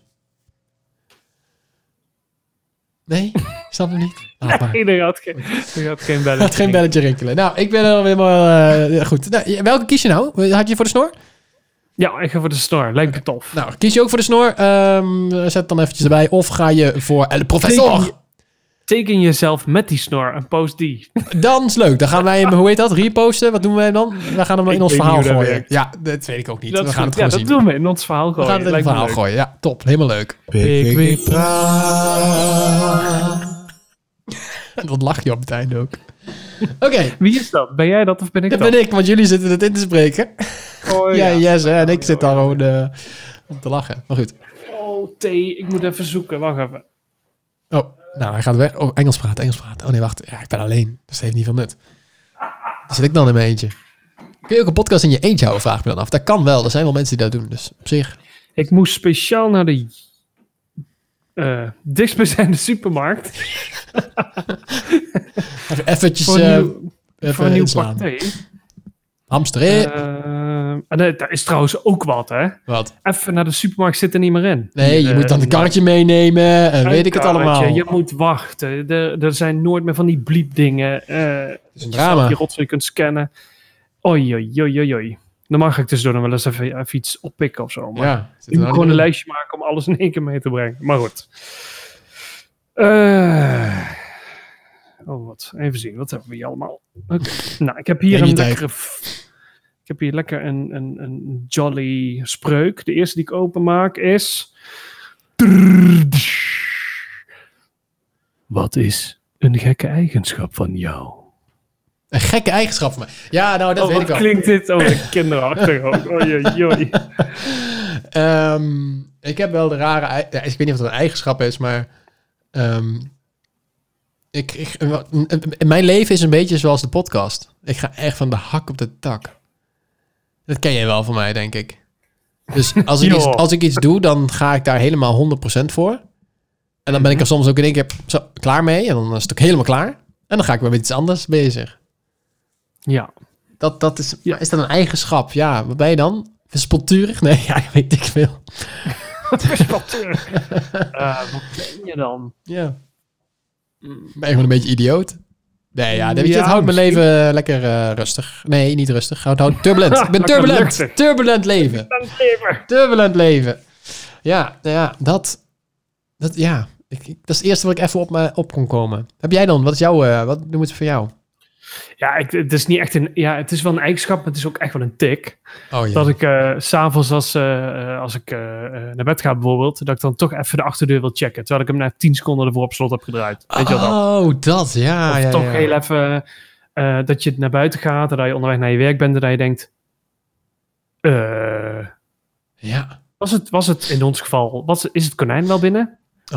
Nee? Snap je niet? Nee, er had geen belletje. Had geen belletje rinkelen. Nou, ik ben er helemaal goed. Nou, welke kies je nou? Had je voor de snor? Ja, ik ga voor de snor. Lijkt me tof. Nou, kies je ook voor de snor? Zet dan eventjes erbij. Of ga je voor El Professor? Teken jezelf met die snor en post die. Dan is leuk. Dan gaan wij hem, hoe heet dat? Reposten? Wat doen wij dan? We gaan hem in ons verhaal gooien. Ja, dat weet ik ook niet. We gaan het gewoon zien. Dat doen we in ons verhaal gooien. We gaan het in het verhaal gooien. Ja, top. Helemaal leuk. Pickwick praat. Dat lach je op het einde ook. Oké. Wie is dat? Ben jij dat of ben ik dat? Dat ben ik, want jullie zitten het in te spreken. Oh, ja, yes, en ik zit daar gewoon om te lachen. Maar goed. thee. Ik moet even zoeken. Wacht even. Oh, nou, hij gaat weg. Oh, Engels praten. Oh nee, wacht. Ja, ik ben alleen. Dus dat heeft niet veel nut. Dan zit ik dan in mijn eentje. Kun je ook een podcast in je eentje houden, vraag ik me dan af. Dat kan wel. Er zijn wel mensen die dat doen. Dus op zich. Ik moest speciaal naar de dichtstbijzijnde supermarkt. Even eventjes voor een nieuw inslaan. pak thee. Hamster, Nee, daar is trouwens ook wat, hè? Wat? Even naar de supermarkt zit er niet meer in. Nee, je moet dan een karretje meenemen en weet ik het allemaal. Je moet wachten. Er zijn nooit meer van die bliep dingen. Het is een drama. Je rotzooi kunt scannen. Oei. Dan mag ik dus door dan wel eens even iets oppikken of zo. Maar Ja, ik moet gewoon een lijstje maken om alles in één keer mee te brengen. Maar goed. Wat? Even zien. Wat hebben we hier allemaal? Okay. Nou, ik heb hier lekker een jolly spreuk. De eerste die ik openmaak is... Wat is een gekke eigenschap van jou? Een gekke eigenschap van mij. Ja, nou, dat weet ik wel. Klinkt dit kinderachtig ook. Oei. Ik heb wel de rare... ik weet niet of het een eigenschap is, maar... mijn leven is een beetje zoals de podcast. Ik ga echt van de hak op de tak. Dat ken je wel van mij, denk ik. Dus als ik iets doe, dan ga ik daar helemaal 100% voor. En dan ben ik er soms ook in één keer klaar mee. En dan is het ook helemaal klaar. En dan ga ik weer met iets anders bezig. Ja. Dat is... Ja. Is dat een eigenschap? Ja, wat ben je dan? Verspilturig? Nee, ja, weet ik veel. Verspilturig. Wat ben je dan? Ja. Ben je gewoon een beetje idioot? Nee, ja, dit houdt mijn leven lekker rustig. Nee, niet rustig. Houdt turbulent. Ik ben turbulent. Turbulent leven. Turbulent leven. Ja, dat is het eerste wat ik even op kon komen. Heb jij dan? Wat is jouw... wat noem het voor jou? Ja, het is niet echt het is wel een eigenschap, maar het is ook echt wel een tik. Oh, ja. Dat ik 's avonds als ik naar bed ga bijvoorbeeld, dat ik dan toch even de achterdeur wil checken. Terwijl ik hem na 10 seconden ervoor op slot heb gedraaid. Weet je wel dat? Dat, ja. Of toch heel even dat je naar buiten gaat en dat je onderweg naar je werk bent en dat je denkt... Ja. Was het in ons geval... Is het konijn wel binnen?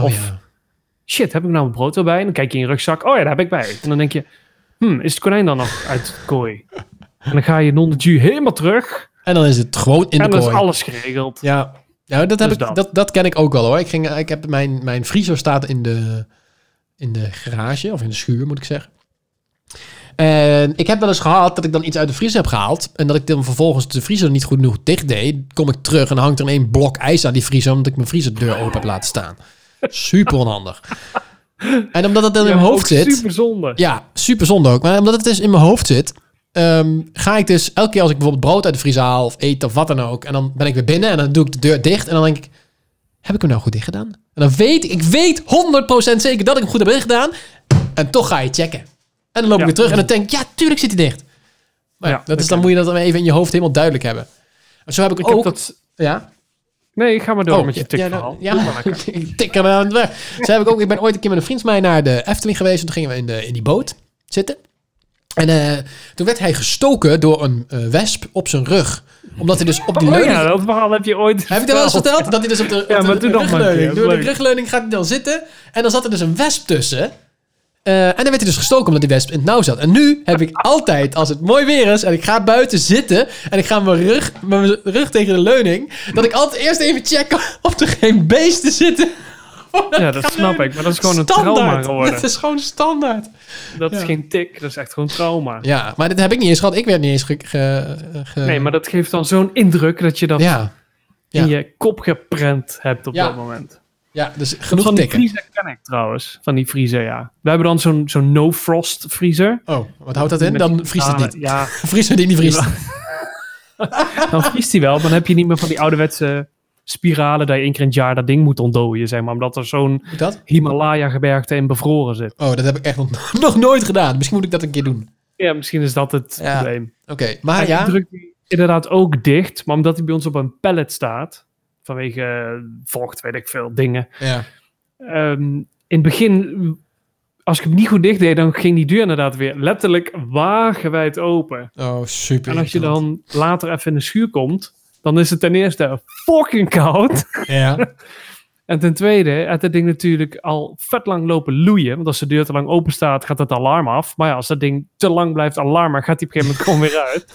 Shit, heb ik nou mijn brood erbij? En dan kijk je in je rugzak. Oh ja, daar heb ik bij. En dan denk je... is het konijn dan nog uit de kooi? En dan ga je non de jus helemaal terug. En dan is het gewoon in de kooi. En dan is alles geregeld. Ja, dat ken ik ook wel hoor. Ik heb mijn vriezer staat in de garage. Of in de schuur moet ik zeggen. En ik heb wel eens gehad dat ik dan iets uit de vriezer heb gehaald. En dat ik dan vervolgens de vriezer niet goed genoeg dicht deed. Kom ik terug en dan hangt er een blok ijs aan die vriezer. Omdat ik mijn vriezerdeur open heb laten staan. Super onhandig. En omdat het dan in mijn hoofd zit... Super zonde. Ja, super zonde ook. Maar omdat het dus in mijn hoofd zit... ga ik dus elke keer als ik bijvoorbeeld brood uit de vriezer haal... of eten of wat dan ook... en dan ben ik weer binnen en dan doe ik de deur dicht... en dan denk ik... heb ik hem nou goed dicht gedaan? En dan weet ik weet 100% zeker dat ik hem goed heb dicht gedaan... en toch ga je checken. En dan loop ik weer terug en dan denk ik... ja, tuurlijk zit hij dicht. Maar dan moet je dat dan even in je hoofd helemaal duidelijk hebben. En zo heb ik ook... Ja? Nee, ga maar door met je tikverhaal. Ik tik er aan het weg. Zo heb ik ook... Ik ben ooit een keer met een vriend van mij naar de Efteling geweest... en toen gingen we in die boot zitten... En toen werd hij gestoken door een wesp op zijn rug. Omdat hij dus op die leuning... Ja, dat verhaal heb je ooit Heb ik dat wel eens verteld? Dat hij dus op de rugleuning... Door de rugleuning gaat hij dan zitten. En dan zat er dus een wesp tussen. En dan werd hij dus gestoken omdat die wesp in het nauw zat. En nu heb ik altijd, als het mooi weer is... en ik ga buiten zitten... en ik ga met mijn rug tegen de leuning... dat ik altijd eerst even check of er geen beesten zitten... Ja, dat snap ik. Maar dat is gewoon een trauma geworden. Dat is gewoon standaard. Dat is geen tik, dat is echt gewoon trauma. Ja, maar dit heb ik niet eens gehad. Ik werd niet eens Nee, maar dat geeft dan zo'n indruk dat je dat in je kop geprent hebt op dat moment. Ja, dus genoeg van tikken. Van die vriezer ken ik trouwens. Van die vriezer, ja. We hebben dan zo'n no-frost vriezer. Oh, wat houdt dat in? Dan vriest het niet. Ja. Vriezer die niet vriest. Dan vriest hij wel, maar dan heb je niet meer van die ouderwetse... spiralen dat je 1 keer in het jaar dat ding moet ontdooien, zeg maar. Omdat er zo'n Himalaya-gebergte in bevroren zit. Oh, dat heb ik echt nog nooit gedaan. Misschien moet ik dat een keer doen. Ja, misschien is dat het probleem. Oké, maar ja. Ik druk die inderdaad ook dicht, maar omdat hij bij ons op een pallet staat, vanwege vocht, weet ik veel, dingen. Ja. In het begin, als ik hem niet goed dicht deed, dan ging die deur inderdaad weer letterlijk wagenwijd open. Oh, super. En als je dan later even in de schuur komt, dan is het ten eerste fucking koud. Ja. En ten tweede, had het ding natuurlijk al vet lang lopen loeien. Want als de deur te lang open staat, gaat het alarm af. Maar ja, als dat ding te lang blijft alarmen, gaat die op een gegeven moment gewoon weer uit.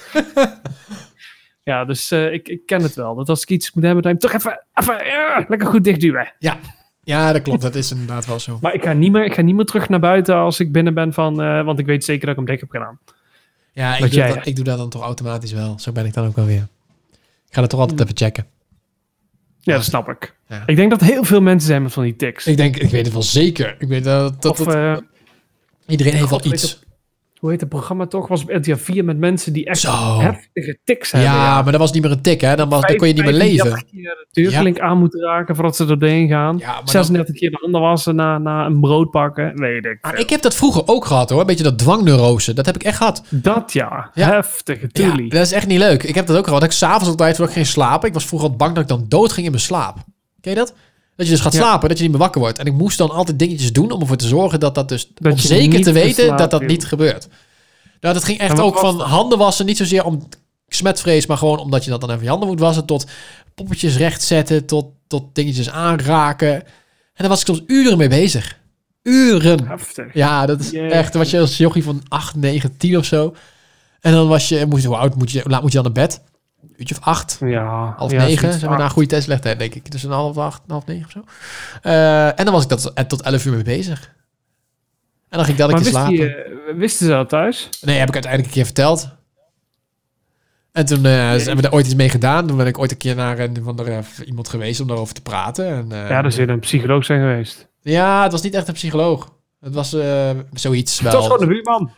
Ja, dus ik ken het wel. Dat als ik iets moet hebben, dan toch even lekker goed dichtduwen. Ja, dat klopt. Dat is inderdaad wel zo. Maar ik ga niet meer terug naar buiten als ik binnen ben want ik weet zeker dat ik hem dicht heb gedaan. Ja, ik doe dat dan toch automatisch wel. Zo ben ik dan ook wel weer. Ik ga dat toch altijd even checken. Ja, dat snap ik. Ja. Ik denk dat heel veel mensen zijn met van die tics. Ik weet het wel zeker. Ik weet dat iedereen heeft wel iets. Hoe heet het programma toch? Was op RTL 4 met mensen die echt Zo. heftige tics hebben. Ja, maar dat was niet meer een tik, hè? Dan kon je niet meer leven. 35 keer de deurklink aan moeten raken voordat ze er doorheen gaan. Ja, maar 36 keer de handen wassen na een brood pakken. Weet ik veel. Ik heb dat vroeger ook gehad, hoor. Een beetje dat dwangneurose. Dat heb ik echt gehad. Dat ja. Ja. Heftige Ja, toelie. dat is echt niet leuk. Ik heb dat ook gehad. Ik s'avonds altijd, voordat ik ging slapen. Ik was vroeger al bang dat ik dan dood ging in mijn slaap. Ken je dat? Dat je dus gaat slapen, dat je niet meer wakker wordt. En ik moest dan altijd dingetjes doen om ervoor te zorgen dat dus... Dat om je zeker niet te weten verslaafd dat dat wordt. niet gebeurt. Nou, dat ging echt En wat ook was van dat? handen wassen. Niet zozeer om smetvrees, maar gewoon omdat je dat dan even je handen moet wassen. Tot poppetjes rechtzetten, tot dingetjes aanraken. En daar was ik soms uren mee bezig. Uren. Heftig. Ja, dat is Jezus. echt... Was je als jochie van 8, 9, 10 of zo. En dan hoe oud moet je dan naar bed? Uurtje of 8. Ja. 8:30, ja, zoiets. zijn we na een goede testlegtijd, denk ik. Dus 7:30, 8:30 of zo. En dan was ik dat tot 11 uur mee bezig. En dan ging ik dat Maar een keer slapen. wisten ze dat thuis? Nee, heb ik uiteindelijk een keer verteld. En toen hebben we er ooit iets mee gedaan. Toen ben ik ooit een keer naar iemand geweest om daarover te praten. En, Ja, dan zul je een psycholoog zijn geweest. ja, het was niet echt een psycholoog. Het was zoiets wel. Het was gewoon een buurman.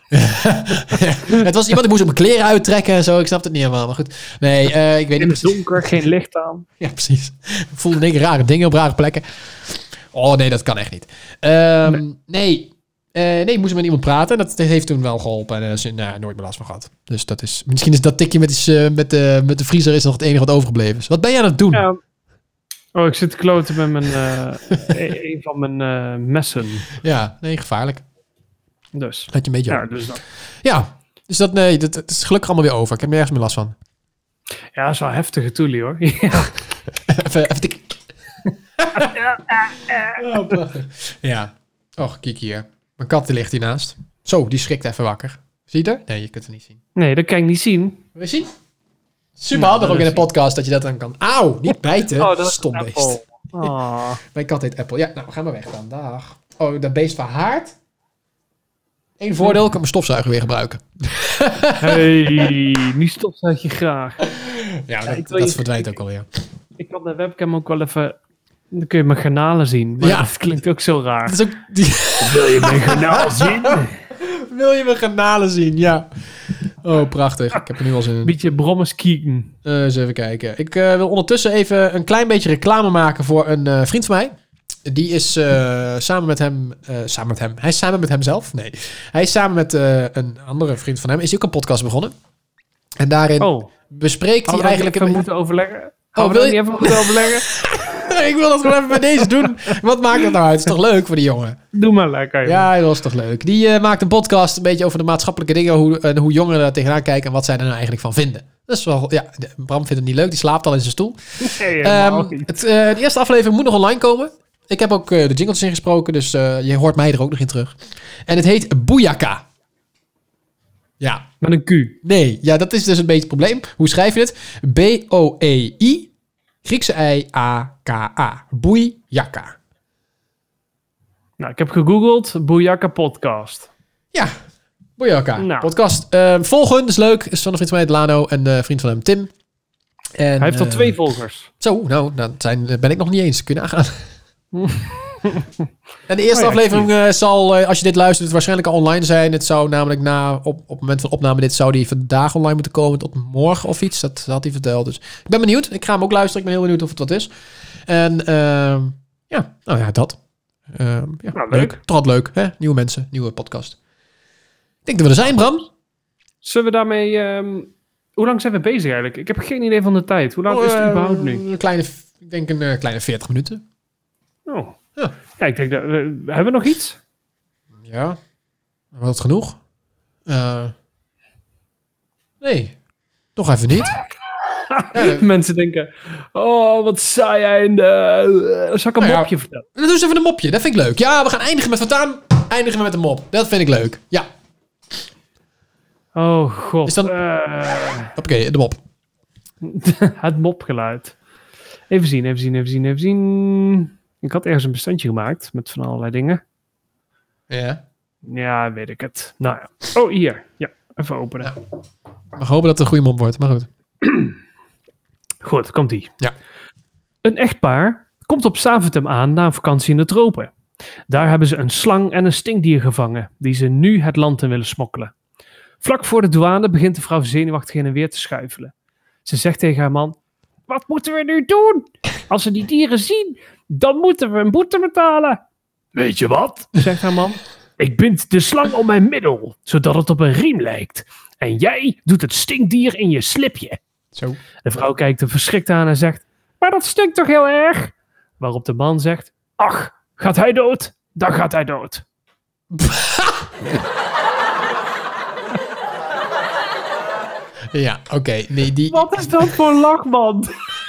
Het was iemand die moest op mijn kleren uittrekken en zo. Ik snap het niet helemaal, maar goed. Nee, ik weet In niet het donker, geen licht aan. Ja, precies. Ik voelde in één keer rare dingen op rare plekken. Oh nee, dat kan echt niet. Nee, ik moest met iemand praten. Dat heeft toen wel geholpen. En daar is nooit meer last van gehad. Dus dat is... Misschien is dat tikje met de vriezer is nog het enige wat overgebleven is. Wat ben jij aan het doen? Ja. Oh, ik zit te kloten met een van mijn messen. Ja, nee, gevaarlijk. Dus. Dat je een beetje... Ja, dus dat. Ja, dus dat is gelukkig allemaal weer over. Ik heb nergens meer last van. Ja, dat is wel een heftige toelie, hoor. Ja. even tik. Oh, prachtig. Ja. Och, kijk hier. Mijn kat die ligt hiernaast. Zo, die schrikt even wakker. Zie je het? Nee, je kunt het niet zien. Nee, dat kan ik niet zien. Wil je zien? Super handig ook in een podcast dat je dat dan kan. Auw, niet bijten. Oh, dat is Stom een beest. Apple. Oh. Mijn kat heet Apple. Ja, nou, we gaan maar weg dan. Dag. Oh, dat beest verhaart. Eén voordeel, ik kan mijn stofzuiger weer gebruiken. Hey, nu stofzuig je graag. Ja, ik wil dat je- verdwijnt ook alweer. Ik had de webcam ook wel even... Dan kun je mijn garnalen zien. Maar Ja. dat klinkt ook zo raar. Dat is ook... Wil je mijn garnaal zien? Wil je mijn garnalen zien? Ja. Oh, prachtig. Ik heb er nu al zin in. Beetje brommes kieken. Eens even kijken. Ik wil ondertussen even een klein beetje reclame maken voor een vriend van mij. Die is samen met hem... Hij is samen met hemzelf? Nee. Hij is samen met een andere vriend van hem. Is hij ook een podcast begonnen. En daarin Oh, bespreekt hij hadden we eigenlijk... even moeten overleggen? Oh, Gaan we wil dat je- niet even moeten overleggen? Ik wil dat gewoon even bij deze doen. Wat maakt dat nou uit? Het is toch leuk voor die jongen? Doe maar lekker. joh. Ja, dat was toch leuk. Die maakt een podcast een beetje over de maatschappelijke dingen. Hoe jongeren daar tegenaan kijken en wat zij er nou eigenlijk van vinden. Dat is wel... Ja, Bram vindt het niet leuk. Die slaapt al in zijn stoel. Nee, helemaal niet. De eerste aflevering moet nog online komen. Ik heb ook de jingles ingesproken, dus je hoort mij er ook nog in terug. En het heet Boeiaka. Ja, Met een Q. nee. Ja, dat is dus een beetje het probleem. Hoe schrijf je het? B-O-E-I, Griekse I-A-K-A. Boeiaka. Nou, ik heb gegoogeld. Boeiaka podcast. Ja, Boeiaka. Nou. Podcast. Volgen, dat is leuk. Is van een vriend van mij, Lano, en een vriend van hem, Tim. En, Hij heeft al 2 volgers. Zo, nou, ben ik nog niet eens. Kun je nagaan. En de eerste Oh ja, aflevering zal, als je dit luistert, waarschijnlijk al online zijn. Het zou namelijk op het moment van opname, dit zou die vandaag online moeten komen tot morgen of iets. Dat had hij verteld. Dus ik ben benieuwd. Ik ga hem ook luisteren. Ik ben heel benieuwd of het wat is. En ja, nou ja, dat. Ja, Nou, leuk. leuk. Toch altijd leuk, hè? Nieuwe mensen, nieuwe podcast. Ik denk dat we er zijn, Bram. Zullen we daarmee... hoe lang zijn we bezig eigenlijk? Ik heb geen idee van de tijd. Hoe lang is het überhaupt nu? Ik denk een kleine 40 minuten. Oh. Ja. Ja, ik denk dat... hebben we nog iets? Ja. Was het genoeg? Nee. Nog even niet. Mensen denken, oh, wat saai jij in de... Zal ik een mopje vertellen? Dan doen ze even een mopje, dat vind ik leuk. Ja, we gaan eindigen met Fortuin, eindigen we met een mop. Dat vind ik leuk, ja. Oh, god. Is dan... Oké, de mop. Het mopgeluid. Even zien. Ik had ergens een bestandje gemaakt met van allerlei dingen. Ja. Ja, weet ik het. Nou ja. Oh, hier. Ja, even openen. Ja. We hopen dat het een goede mop wordt, maar goed. Goed, komt-ie. Ja. Een echtpaar komt op Zaventem aan na een vakantie in de tropen. Daar hebben ze een slang en een stinkdier gevangen, die ze nu het land in willen smokkelen. Vlak voor de douane begint de vrouw zenuwachtig heen en weer te schuifelen. Ze zegt tegen haar man, wat moeten we nu doen? Als we die dieren zien, dan moeten we een boete betalen. Weet je wat? Zegt haar man. Ik bind de slang om mijn middel, zodat het op een riem lijkt. En jij doet het stinkdier in je slipje. Zo. De vrouw kijkt hem verschrikt aan en zegt, maar dat stinkt toch heel erg? Waarop de man zegt, ach, gaat hij dood? Dan gaat hij dood. Ja, oké. Nee, die... Wat is dat voor lachman?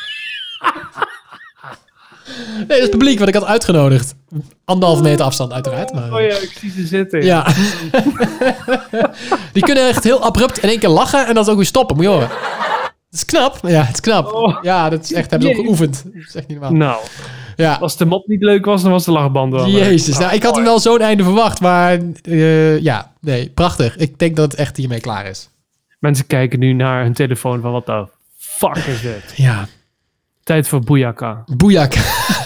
Nee, dat is het publiek wat ik had uitgenodigd. 1,5 meter afstand uiteraard. Maar... Oh ja, ik zie ze zitten. Ja. Die kunnen echt heel abrupt in één keer lachen en dan ook weer stoppen. Moet je horen. Het is knap. Ja, het is knap. Oh. Ja, dat is echt, hebben ze ook geoefend. Dat is echt niet normaal. Nou, Ja. als de mop niet leuk was, dan was de lachband wel leuk. Jezus, nou, ik had hem wel zo'n einde verwacht, maar ja, nee, prachtig. Ik denk dat het echt hiermee klaar is. Mensen kijken nu naar hun telefoon van wat de fuck is dit? Ja, Tijd voor Boeiaka. boejak.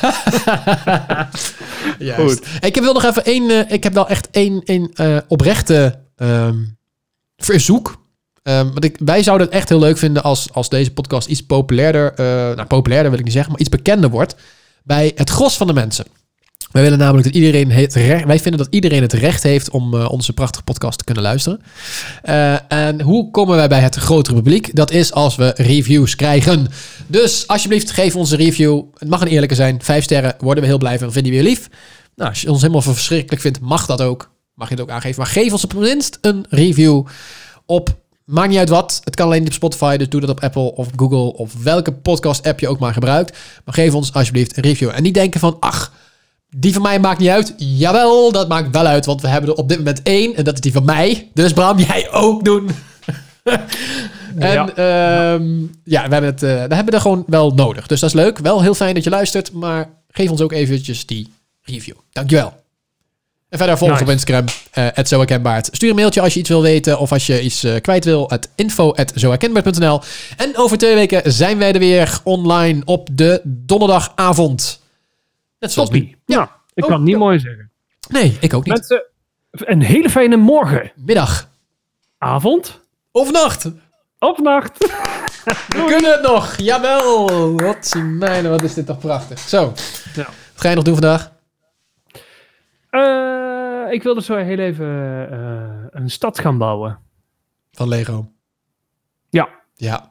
Juist. Ik heb wel nog even ik heb wel echt één oprechte verzoek. Want wij zouden het echt heel leuk vinden als deze podcast iets populairder, populairder wil ik niet zeggen, maar iets bekender wordt bij het gros van de mensen. Wij willen namelijk dat iedereen wij vinden dat iedereen het recht heeft om onze prachtige podcast te kunnen luisteren. En hoe komen wij bij het grotere publiek? Dat is als we reviews krijgen. Dus alsjeblieft, geef ons een review. Het mag een eerlijke zijn. 5 sterren, worden we heel blij van, vinden we je lief. Nou, als je ons helemaal verschrikkelijk vindt, mag dat ook. Mag je het ook aangeven. Maar geef ons op minst een review op, maakt niet uit wat. Het kan alleen niet op Spotify, dus doe dat op Apple of Google of welke podcast app je ook maar gebruikt. Maar geef ons alsjeblieft een review. En niet denken van, ach, die van mij maakt niet uit. Jawel, dat maakt wel uit, want we hebben er op dit moment 1 en dat is die van mij. Dus Bram, jij ook doen. En we hebben we er gewoon wel nodig. Dus dat is leuk. Wel heel fijn dat je luistert, maar geef ons ook eventjes die review. Dankjewel. En verder volg ons op Instagram, @zoherkenbaard. Stuur een mailtje als je iets wil weten of als je iets kwijt wil, info@zoherkenbaard.nl. En over 2 weken zijn wij er weer online op de donderdagavond. Net zoals nu. Ja, nou, ik kan het niet mooi zeggen. Nee, ik ook niet. Mensen, een hele fijne morgen. Middag. Avond. Of nacht. Of nacht. We kunnen het nog. Jawel. Wat is dit toch prachtig. Zo. Ja. Wat ga je nog doen vandaag? Ik wilde zo heel even een stad gaan bouwen. Van Lego. Ja. Ja.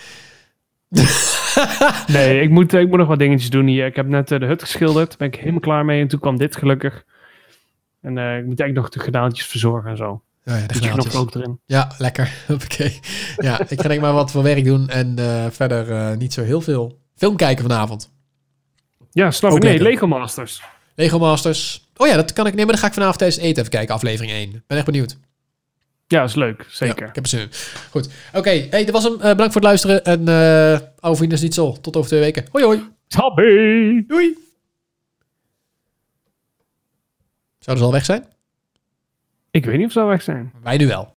Nee, ik moet nog wat dingetjes doen hier. Ik heb net de hut geschilderd. Daar ben ik helemaal klaar mee. En toen kwam dit gelukkig. En ik moet eigenlijk nog de gedaaltjes verzorgen en zo. Oh ja, de knop gedaaltjes. ook erin. Ja, lekker. Oké. Ja, ik ga denk maar wat voor werk doen. En verder niet zo heel veel film kijken vanavond. Ja, snap Ook ik. Nee, lekker. Lego Masters. Lego Masters. Oh ja, dat kan ik nemen. Dan ga ik vanavond tijdens het eten even kijken. Aflevering 1. Ben echt benieuwd. Ja, is leuk. Zeker. Ja, ik heb er zin in. Goed. Oké, hey, dat was hem. Bedankt voor het luisteren. En over vrienden is niet zo. Tot over 2 weken. Hoi hoi. Happy. Doei. Zouden ze al weg zijn? Ik weet niet of ze al weg zijn. Wij nu wel.